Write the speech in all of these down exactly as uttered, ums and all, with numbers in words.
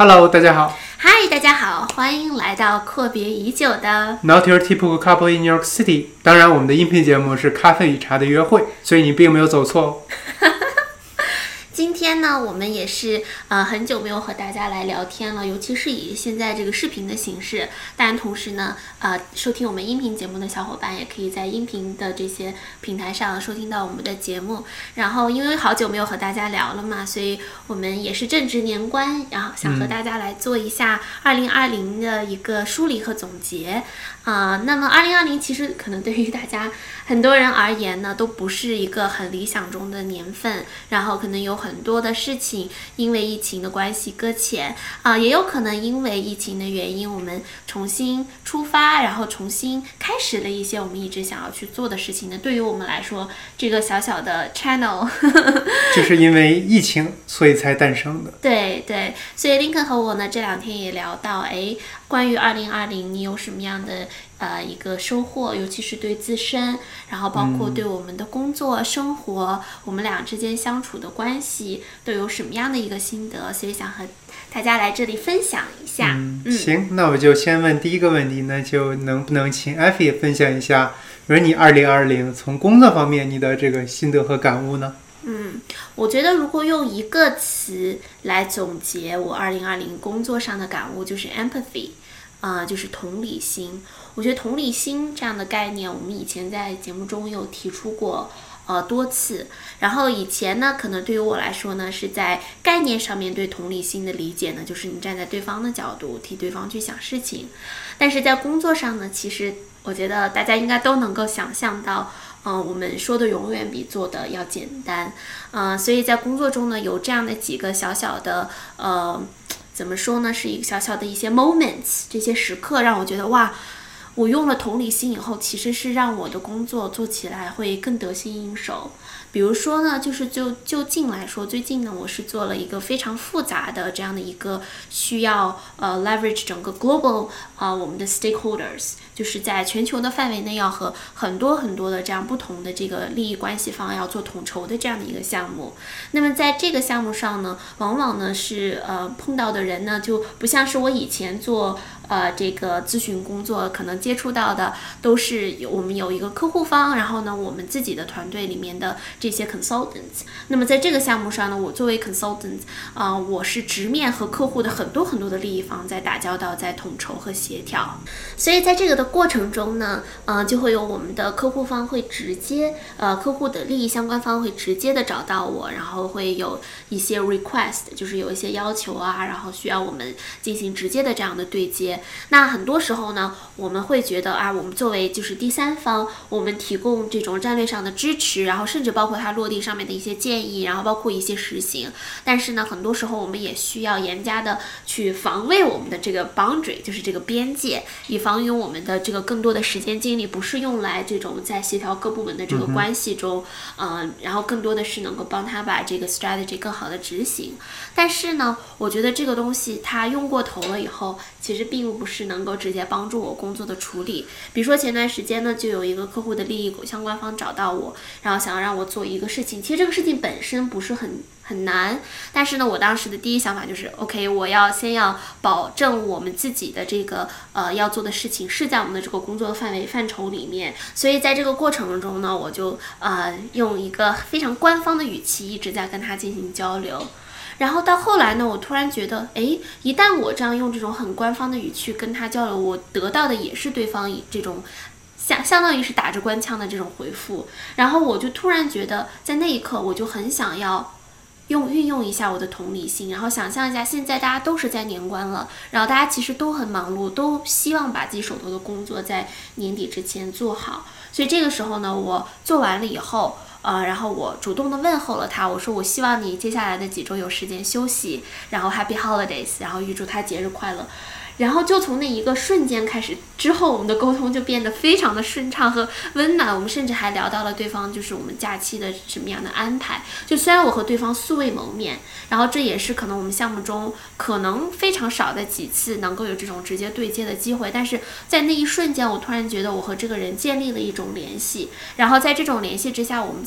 Hello， 大家好。 嗨，大家好，欢迎来到阔别已久的 Not your typical couple in New York City。当然，我们的音频节目是咖啡与茶的约会，所以你并没有走错哦。 今天呢，我们也是呃很久没有和大家来聊天了，尤其是以现在这个视频的形式。当然，同时呢，呃，收听我们音频节目的小伙伴也可以在音频的这些平台上收听到我们的节目。然后，因为好久没有和大家聊了嘛，所以我们也是正值年关，然后想和大家来做一下二零二零的一个梳理和总结。啊、呃，那么二零二零其实可能对于大家很多人而言呢，都不是一个很理想中的年份，然后可能有很多的事情因为疫情的关系搁浅啊、呃，也有可能因为疫情的原因，我们重新出发，然后重新开始了一些我们一直想要去做的事情呢。对于我们来说，这个小小的 channel 就是因为疫情所以才诞生的。 对对，所以林肯和我呢这两天也聊到，哎，关于二零二零你有什么样的呃一个收获，尤其是对自身，然后包括对我们的工作、嗯、生活，我们俩之间相处的关系都有什么样的一个心得，所以想和大家来这里分享一下。 嗯，嗯行，那我就先问第一个问题，那就能不能请艾菲分享一下，比如你二零二零从工作方面你的这个心得和感悟呢？ 嗯，我觉得如果用一个词来总结我二零二零工作上的感悟，就是 empathy， 啊、呃，就是同理心。我觉得同理心这样的概念，我们以前在节目中有提出过呃多次。然后以前呢，可能对于我来说呢，是在概念上面对同理心的理解呢，就是你站在对方的角度替对方去想事情。但是在工作上呢，其实我觉得大家应该都能够想象到。嗯、呃，我们说的永远比做的要简单，嗯、呃，所以在工作中呢，有这样的几个小小的，呃，怎么说呢，是一个小小的一些 moments， 这些时刻让我觉得哇，我用了同理心以后，其实是让我的工作做起来会更得心应手。比如说呢，就是就就近来说，最近呢，我是做了一个非常复杂的这样的一个需要呃 leverage 整个 global 啊、呃、我们的 stakeholders， 就是在全球的范围内要和很多很多的这样不同的这个利益关系方要做统筹的这样的一个项目。那么在这个项目上呢，往往呢是呃碰到的人呢就不像是我以前做呃这个咨询工作可能接触到的，都是我们有一个客户方，然后呢我们自己的团队里面的这些 consultants。 那么在这个项目上呢，我作为 consultant 啊、呃，我是直面和客户的很多很多的利益方在打交道，在统筹和协调。所以在这个的过程中呢，呃，就会有我们的客户方会直接呃客户的利益相关方会直接的找到我，然后会有一些 request， 就是有一些要求啊，然后需要我们进行直接的这样的对接。那很多时候呢，我们会觉得啊，我们作为就是第三方，我们提供这种战略上的支持，然后甚至包括它落地上面的一些建议，然后包括一些实行。但是呢，很多时候我们也需要严加的去防卫我们的这个 boundary， 就是这个边界，以防于我们的这个更多的时间精力不是用来这种在协调各部门的这个关系中，嗯、呃，然后更多的是能够帮他把这个 strategy 更好的执行。但是呢，我觉得这个东西它用过头了以后，其实并不是能够直接帮助我工作的处理。比如说前段时间呢，就有一个客户的利益相关方找到我，然后想要让我做一个事情。其实这个事情本身不是很很难，但是呢，我当时的第一想法就是 ，OK， 我要先要保证我们自己的这个呃要做的事情是在我们的这个工作的范围范畴里面。所以在这个过程中呢，我就呃用一个非常官方的语气一直在跟他进行交流。然后到后来呢，我突然觉得，哎，一旦我这样用这种很官方的语气跟他交流，我得到的也是对方以这种相相当于是打着官腔的这种回复。然后我就突然觉得，在那一刻，我就很想要用运用一下我的同理心，然后想象一下，现在大家都是在年关了，然后大家其实都很忙碌，都希望把自己手头的工作在年底之前做好。所以这个时候呢，我做完了以后。呃，然后我主动的问候了他，我说我希望你接下来的几周有时间休息，然后 Happy Holidays， 然后预祝他节日快乐。然后就从那一个瞬间开始之后，我们的沟通就变得非常的顺畅和温暖。我们甚至还聊到了对方就是我们假期的什么样的安排。就虽然我和对方素未谋面，然后这也是可能我们项目中可能非常少的几次能够有这种直接对接的机会，但是在那一瞬间，我突然觉得我和这个人建立了一种联系。然后在这种联系之下，我们在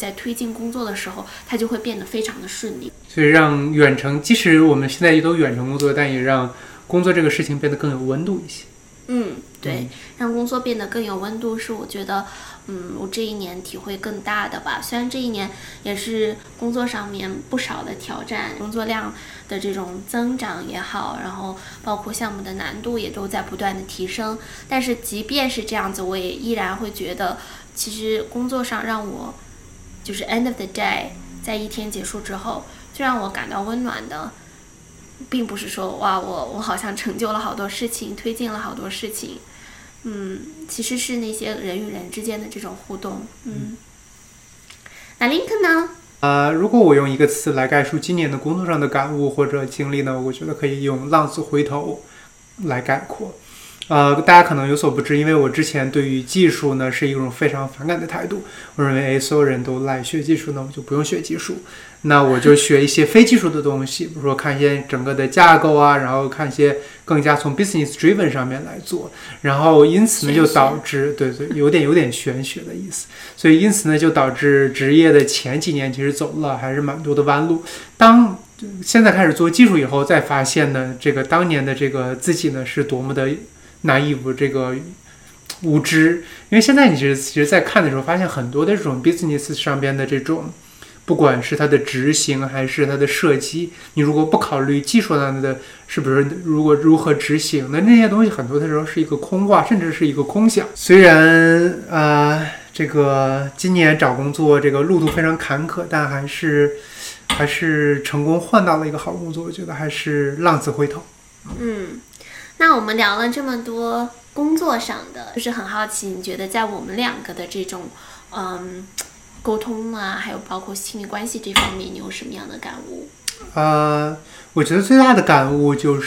在推进工作的时候，它就会变得非常的顺利。 所以让远程，即使我们现在都远程工作，但也让工作这个事情变得更有温度一些。 嗯，对，让工作变得更有温度是我觉得，嗯，我这一年体会更大的吧。虽然这一年也是工作上面不少的挑战，工作量的这种增长也好，然后包括项目的难度也都在不断的提升，但是即便是这样子，我也依然会觉得，其实工作上让我就是 end of the day， 在一天结束之后，最让我感到温暖的，并不是说哇，我我好像成就了好多事情，推进了好多事情，嗯，其实是那些人与人之间的这种互动，嗯。那 Lincoln 呢？ 呃，如果我用一个词来概述今年的工作上的感悟或者经历呢，我觉得可以用浪子回头来概括。呃，大家可能有所不知，因为我之前对于技术呢是一种非常反感的态度，我认为诶，所有人都来学技术呢，我就不用学技术，那我就学一些非技术的东西，比如说看一些整个的架构啊，然后看一些更加从 business driven 上面来做，然后因此呢就导致，对对，有点有点玄学的意思，所以因此呢就导致职业的前几年其实走了还是蛮多的弯路。当现在开始做技术以后，再发现呢，这个当年的这个自己呢是多么的naive，这个无知，因为现在你其实其实在看的时候，发现很多的这种 business 上边的这种，不管是它的执行还是它的设计，你如果不考虑技术上的是不是如果如何执行，那那些东西很多的时候是一个空话，甚至是一个空想。虽然呃这个今年找工作这个路途非常坎坷，但还是还是成功换到了一个好工作，我觉得还是浪子回头。 嗯。那我们聊了这么多工作上的，就是很好奇，你觉得在我们两个的这种嗯沟通啊，还有包括亲密关系这方面，你有什么样的感悟？ 呃，我觉得最大的感悟就是，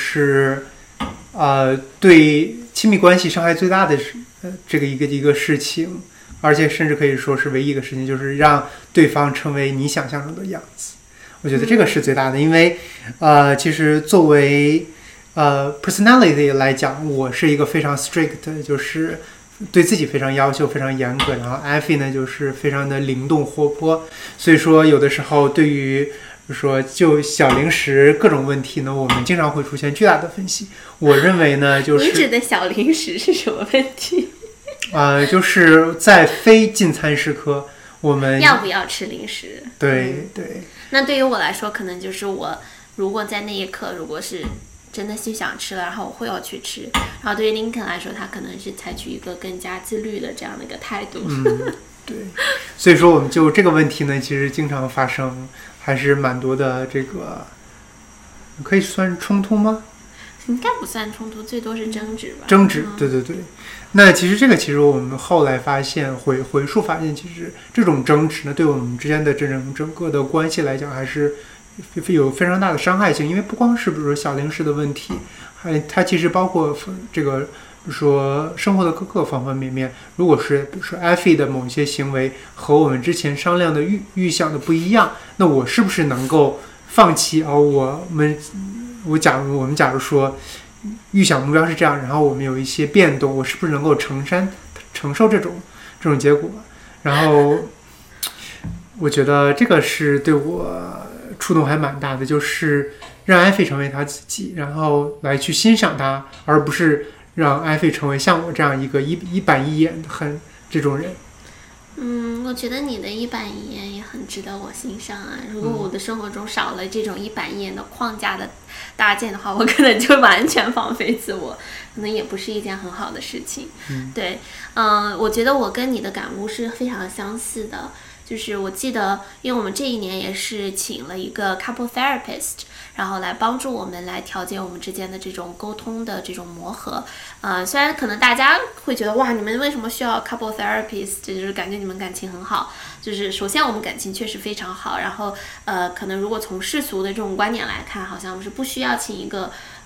呃，对亲密关系伤害最大的是呃这个一个一个事情，而且甚至可以说是唯一一个事情，就是让对方成为你想象中的样子。我觉得这个是最大的，因为呃，其实作为呃 personality 来讲，我是一个非常 strict， 就是对自己非常要求，非常严格。然后 Effie 呢，就是非常的灵动活泼。所以说，有的时候对于说就小零食各种问题呢，我们经常会出现巨大的分歧。我认为呢，就是你指的小零食是什么问题？ 呃，就是在非进餐时刻，我们要不要吃零食？ 对、 嗯、 对。 那对于我来说，可能就是我如果在那一刻，如果是真的是想吃了，然后我会要去吃。然后对于林肯来说，他可能是采取一个更加自律的这样的一个态度。 嗯，对。所以说，我们就这个问题呢，其实经常发生，还是蛮多的。这个可以算冲突吗？ 应该不算冲突，最多是争执吧。 争执，对对对。那其实这个，其实我们后来发现，回回溯发现，其实这种争执呢，对我们之间的这种整个的关系来讲，还是有非常大的伤害性。因为不光是比如说小零食的问题，还它其实包括这个，比如说生活的各个方方面面。如果是比如说 Effie 的某一些行为和我们之前商量的预预想的不一样，那我是不是能够放弃？哦，我们我假如我们假如说预想目标是这样，然后我们有一些变动，我是不是能够承担承受这种这种结果？然后我觉得这个是对我触动还蛮大的，就是让艾菲成为他自己，然后来去欣赏他，而不是让艾菲成为像我这样一个一一板一眼的很这种人。 嗯，我觉得你的一板一眼也很值得我欣赏啊。如果我的生活中少了这种一板一眼的框架的搭建的话，我可能就完全放飞自我，可能也不是一件很好的事情。 嗯， 对，嗯、呃，我觉得我跟你的感悟是非常相似的。就是我记得，因为我们这一年也是请了一个 couple therapist， 然后来帮助我们来调节我们之间的这种沟通的这种磨合。呃，虽然可能大家会觉得哇，你们为什么需要 couple therapist？ 就是感觉你们感情很好。就是首先我们感情确实非常好，然后呃，可能如果从世俗的这种观点来看，好像是不需要请一个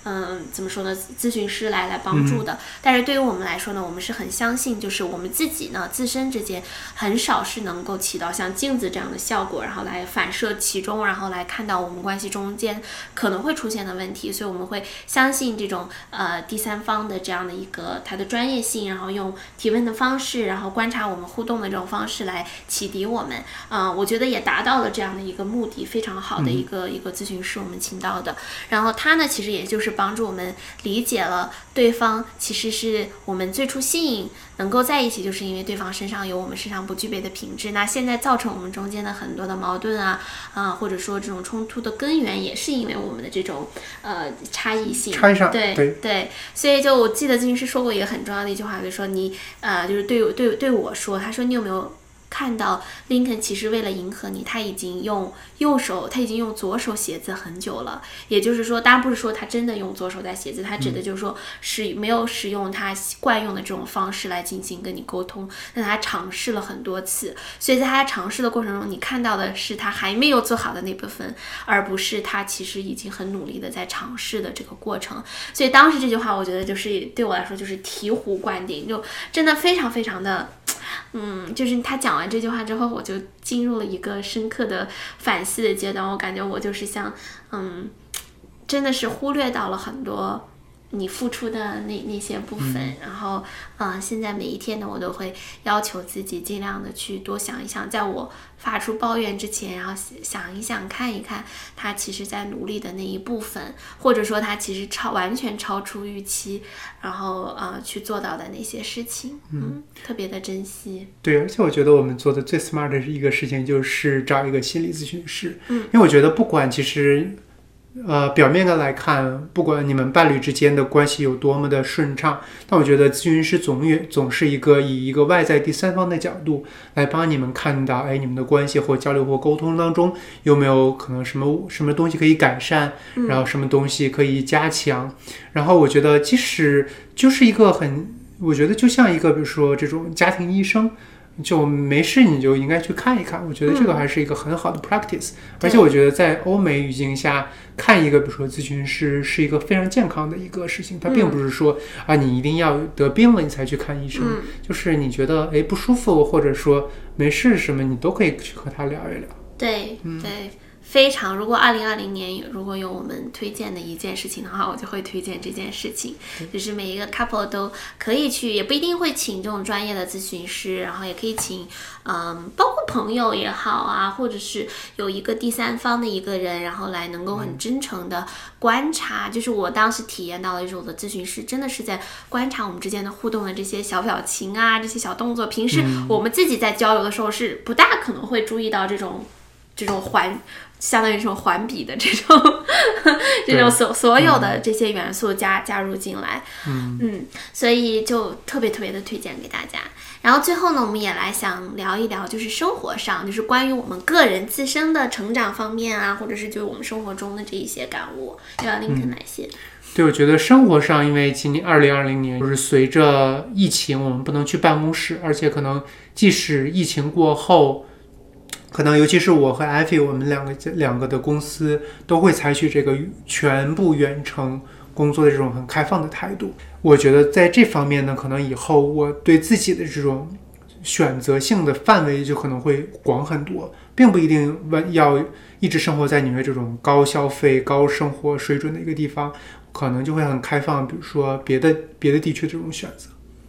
嗯，怎么说呢，咨询师来来帮助的。嗯、但是对于我们来说呢，我们是很相信，就是我们自己呢自身之间很少是能够起到像镜子这样的效果，然后来反射其中，然后来看到我们关系中间可能会出现的问题。所以我们会相信这种呃第三方的这样的一个他的专业性，然后用提问的方式，然后观察我们互动的这种方式来启迪我们。嗯、呃，我觉得也达到了这样的一个目的，非常好的一个、嗯、一个咨询师我们请到的。然后他呢，其实也就是帮助我们理解了对方其实是我们最初吸引能够在一起，就是因为对方身上有我们身上不具备的品质。那现在造成我们中间的很多的矛盾啊啊、呃，或者说这种冲突的根源，也是因为我们的这种呃差异性。 差异上， 对对, 对，所以就我记得咨询师说过一个很重要的一句话，就是说你呃就是对对对我说，他说你有没有看到林肯其实为了迎合你，他已经用右手，他已经用左手写字很久了。也就是说，当然不是说他真的用左手在写字，他指的就是说使没有使用他惯用的这种方式来进行跟你沟通，但他尝试了很多次。所以在他尝试的过程中，你看到的是他还没有做好的那部分，而不是他其实已经很努力的在尝试的这个过程。所以当时这句话，我觉得就是对我来说就是醍醐灌顶，就真的非常非常的。嗯，就是他讲完这句话之后，我就进入了一个深刻的反思的阶段。我感觉我就是像，嗯，真的是忽略到了很多你付出的那那些部分。嗯、然后，啊、呃，现在每一天呢，我都会要求自己尽量的去多想一想，在我发出抱怨之前，然后想一想，看一看他其实在努力的那一部分，或者说他其实超完全超出预期，然后啊、呃、去做到的那些事情，嗯，嗯特别的珍惜。 对，而且我觉得我们做的最 smart 的一个事情就是找一个心理咨询师，嗯，因为我觉得不管其实。呃，表面的来看，不管你们伴侣之间的关系有多么的顺畅，但我觉得咨询师总也总是一个以一个外在第三方的角度来帮你们看到，哎，你们的关系或交流或沟通当中有没有可能什么什么东西可以改善，然后什么东西可以加强。嗯、然后我觉得，即使就是一个很，我觉得就像一个比如说这种家庭医生。就没事你就应该去看一看，我觉得这个还是一个很好的 practice、嗯、而且我觉得在欧美语境下看一个比如说咨询师是一个非常健康的一个事情，它并不是说、嗯、啊你一定要得病了你才去看医生、嗯、就是你觉得哎不舒服或者说没事什么你都可以去和他聊一聊。 对、嗯、对，非常，如果二零二零年如果有我们推荐的一件事情的话，我就会推荐这件事情，就是每一个 couple 都可以去，也不一定会请这种专业的咨询师，然后也可以请嗯，包括朋友也好啊，或者是有一个第三方的一个人，然后来能够很真诚的观察、嗯、就是我当时体验到的就是我的咨询师真的是在观察我们之间的互动的这些小表情啊，这些小动作，平时我们自己在交流的时候是不大可能会注意到这种这种环相当于这种环比的这种这种所所有的这些元素加、嗯、加入进来，嗯嗯，所以就特别特别的推荐给大家。然后最后呢，我们也来想聊一聊，就是生活上，就是关于我们个人自身的成长方面啊，或者是就是我们生活中的这一些感悟，要林肯哪些？嗯对，我觉得生活上，因为今年二零二零年就是随着疫情，我们不能去办公室，而且可能即使疫情过后，可能尤其是我和艾菲，我们两个两个的公司都会采取这个全部远程工作的这种很开放的态度。我觉得在这方面呢，可能以后我对自己的这种选择性的范围就可能会广很多，并不一定要一直生活在纽约这种高消费、高生活水准的一个地方，可能就会很开放，比如说别的别的地区的这种选择。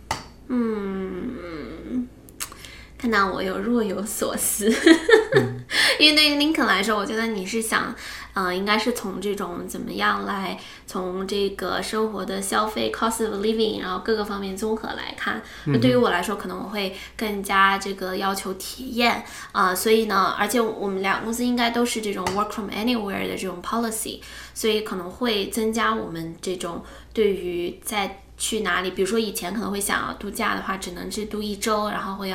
嗯，看到我有若有所思，嗯、因为对于林肯来说，我觉得你是想，呃，应该是从这种怎么样来从这个生活的消费 cost of living， 然后各个方面综合来看。那对于我来说，可能我会更加这个要求体验啊、呃，所以呢，而且我们俩公司应该都是这种 work from anywhere 的这种 policy， 所以可能会增加我们这种对于在去哪里，比如说以前可能会想要度假的话，只能是度一周，然后会要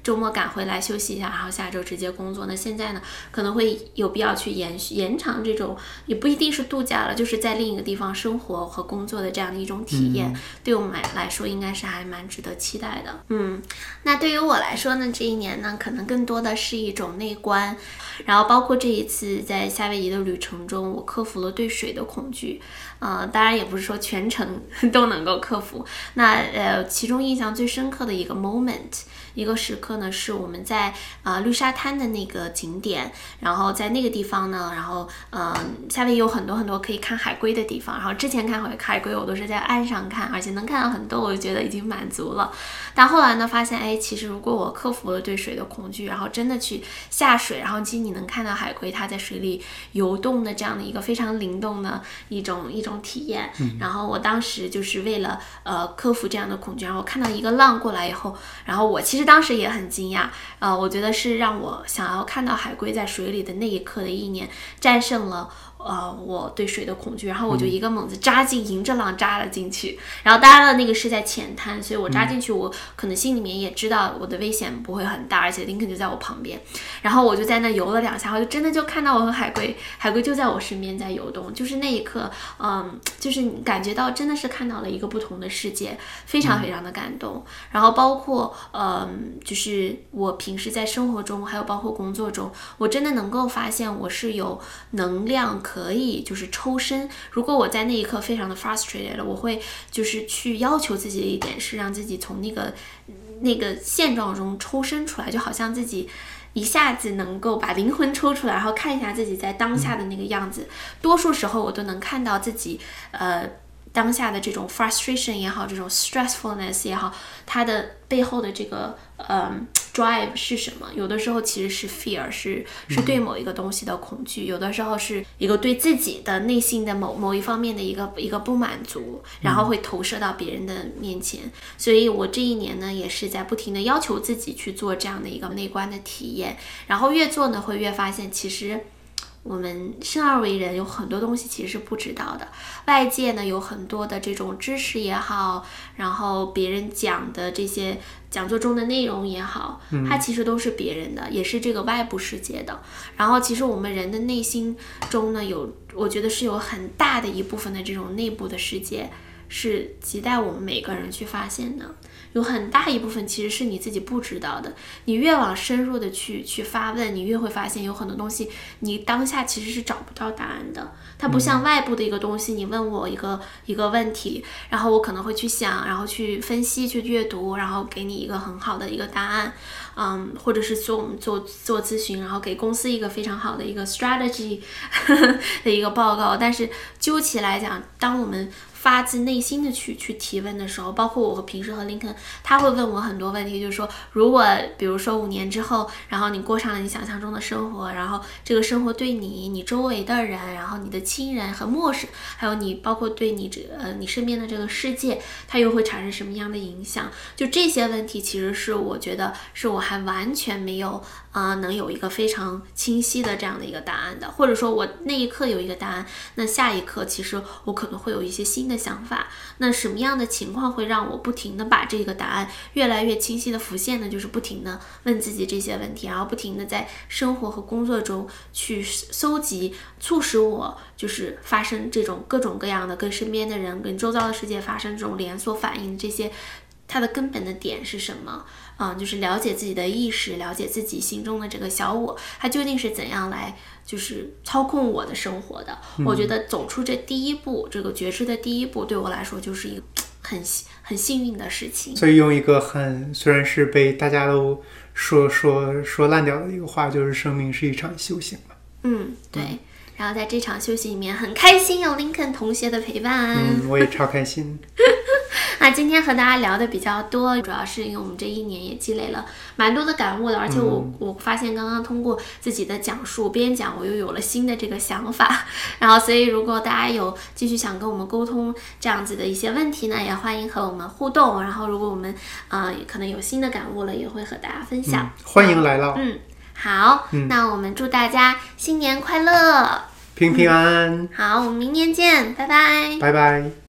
周末赶回来休息一下，然后下周直接工作。那现在呢，可能会有必要去延续延长这种，也不一定是度假了，就是在另一个地方生活和工作的这样的一种体验，嗯、对我们来说应该是还蛮值得期待的。嗯，那对于我来说呢，这一年呢，可能更多的是一种内观，然后包括这一次在夏威夷的旅程中，我克服了对水的恐惧。呃，当然也不是说全程都能够克服。那呃，其中印象最深刻的一个 moment， 一个时刻呢，是我们在呃绿沙滩的那个景点，然后在那个地方呢，然后呃夏威夷有很多很多可以看海龟的地方。然后之前看海龟，我都是在岸上看，而且能看到很多，我就觉得已经满足了。但后来呢，发现哎，其实如果我克服了对水的恐惧，然后真的去下水，然后其实你能看到海龟它在水里游动的这样的一个非常灵动的一种一种体验。然后我当时就是为了呃克服这样的恐惧，然后我看到一个浪过来以后，然后我其实当时也很惊讶，呃，我觉得是让我想要看到海龟在水里的那一刻的意念战胜了呃，我对水的恐惧，然后我就一个猛子扎进，迎着浪扎了进去。然后当然了，那个是在浅滩，所以我扎进去，我可能心里面也知道我的危险不会很大，而且林肯就在我旁边。然后我就在那游了两下，我就真的就看到我和海龟，海龟就在我身边在游动。就是那一刻，嗯，就是你感觉到真的是看到了一个不同的世界，非常非常的感动。然后包括，嗯，就是我平时在生活中，还有包括工作中，我真的能够发现我是有能量可以就是抽身。如果我在那一刻非常的 frustrated 了，我会就是去要求自己的一点是让自己从那个那个现状中抽身出来，就好像自己一下子能够把灵魂抽出来，然后看一下自己在当下的那个样子。多数时候我都能看到自己呃当下的这种 frustration 也好，这种 stressfulness 也好，它的背后的这个呃 drive 是什么？有的时候其实是 fear， 是是对某一个东西的恐惧，有的时候是一个对自己的内心的某某一方面的一个一个不满足，然后会投射到别人的面前。所以我这一年呢，也是在不停的要求自己去做这样的一个内观的体验，然后越做呢，会越发现其实我们生而为人有很多东西其实是不知道的，外界呢有很多的这种知识也好，然后别人讲的这些讲座中的内容也好，它其实都是别人的，也是这个外部世界的。然后其实我们人的内心中呢，有我觉得是有很大的一部分的这种内部的世界是亟待我们每个人去发现的。有很大一部分其实是你自己不知道的，你越往深入的去去发问，你越会发现有很多东西你当下其实是找不到答案的。它不像外部的一个东西，你问我一个一个问题，然后我可能会去想，然后去分析，去阅读，然后给你一个很好的一个答案。嗯，或者是做我们做做咨询，然后给公司一个非常好的一个 strategy 的一个报告。但是究其来讲，当我们发自内心的去去提问的时候，包括我和平时和林肯，他会问我很多问题，就是说，如果比如说五年之后，然后你过上了你想象中的生活，然后这个生活对你、你周围的人，然后你的亲人和陌生，还有你包括对你这呃你身边的这个世界，它又会产生什么样的影响？就这些问题，其实是我觉得是我还完全没有啊、呃、能有一个非常清晰的这样的一个答案的，或者说我那一刻有一个答案，那下一刻其实我可能会有一些新的想法。那什么样的情况会让我不停的把这个答案越来越清晰的浮现呢？就是不停的问自己这些问题，然后不停的在生活和工作中去搜集促使我就是发生这种各种各样的跟身边的人跟周遭的世界发生这种连锁反应，这些它的根本的点是什么？嗯，就是了解自己的意识，了解自己心中的这个小我，它究竟是怎样来就是操控我的生活的。嗯、我觉得走出这第一步，这个觉知的第一步，对我来说就是一个很很幸运的事情。 所以用一个很虽然是被大家都说说说烂掉的一个话，就是生命是一场修行嘛。 嗯，对。嗯，然后在这场休息里面，很开心有林肯同学的陪伴。 嗯，我也超开心。 那今天和大家聊的比较多，主要是因为我们这一年也积累了蛮多的感悟的，而且我、嗯、我发现刚刚通过自己的讲述，边讲我又有了新的这个想法。然后，所以如果大家有继续想跟我们沟通这样子的一些问题呢，也欢迎和我们互动。然后，如果我们呃可能有新的感悟了，也会和大家分享。 嗯、欢迎来到。 嗯。好、嗯，那我们祝大家新年快乐， 平平安安、 嗯。好，我们明年见，拜拜， 拜拜。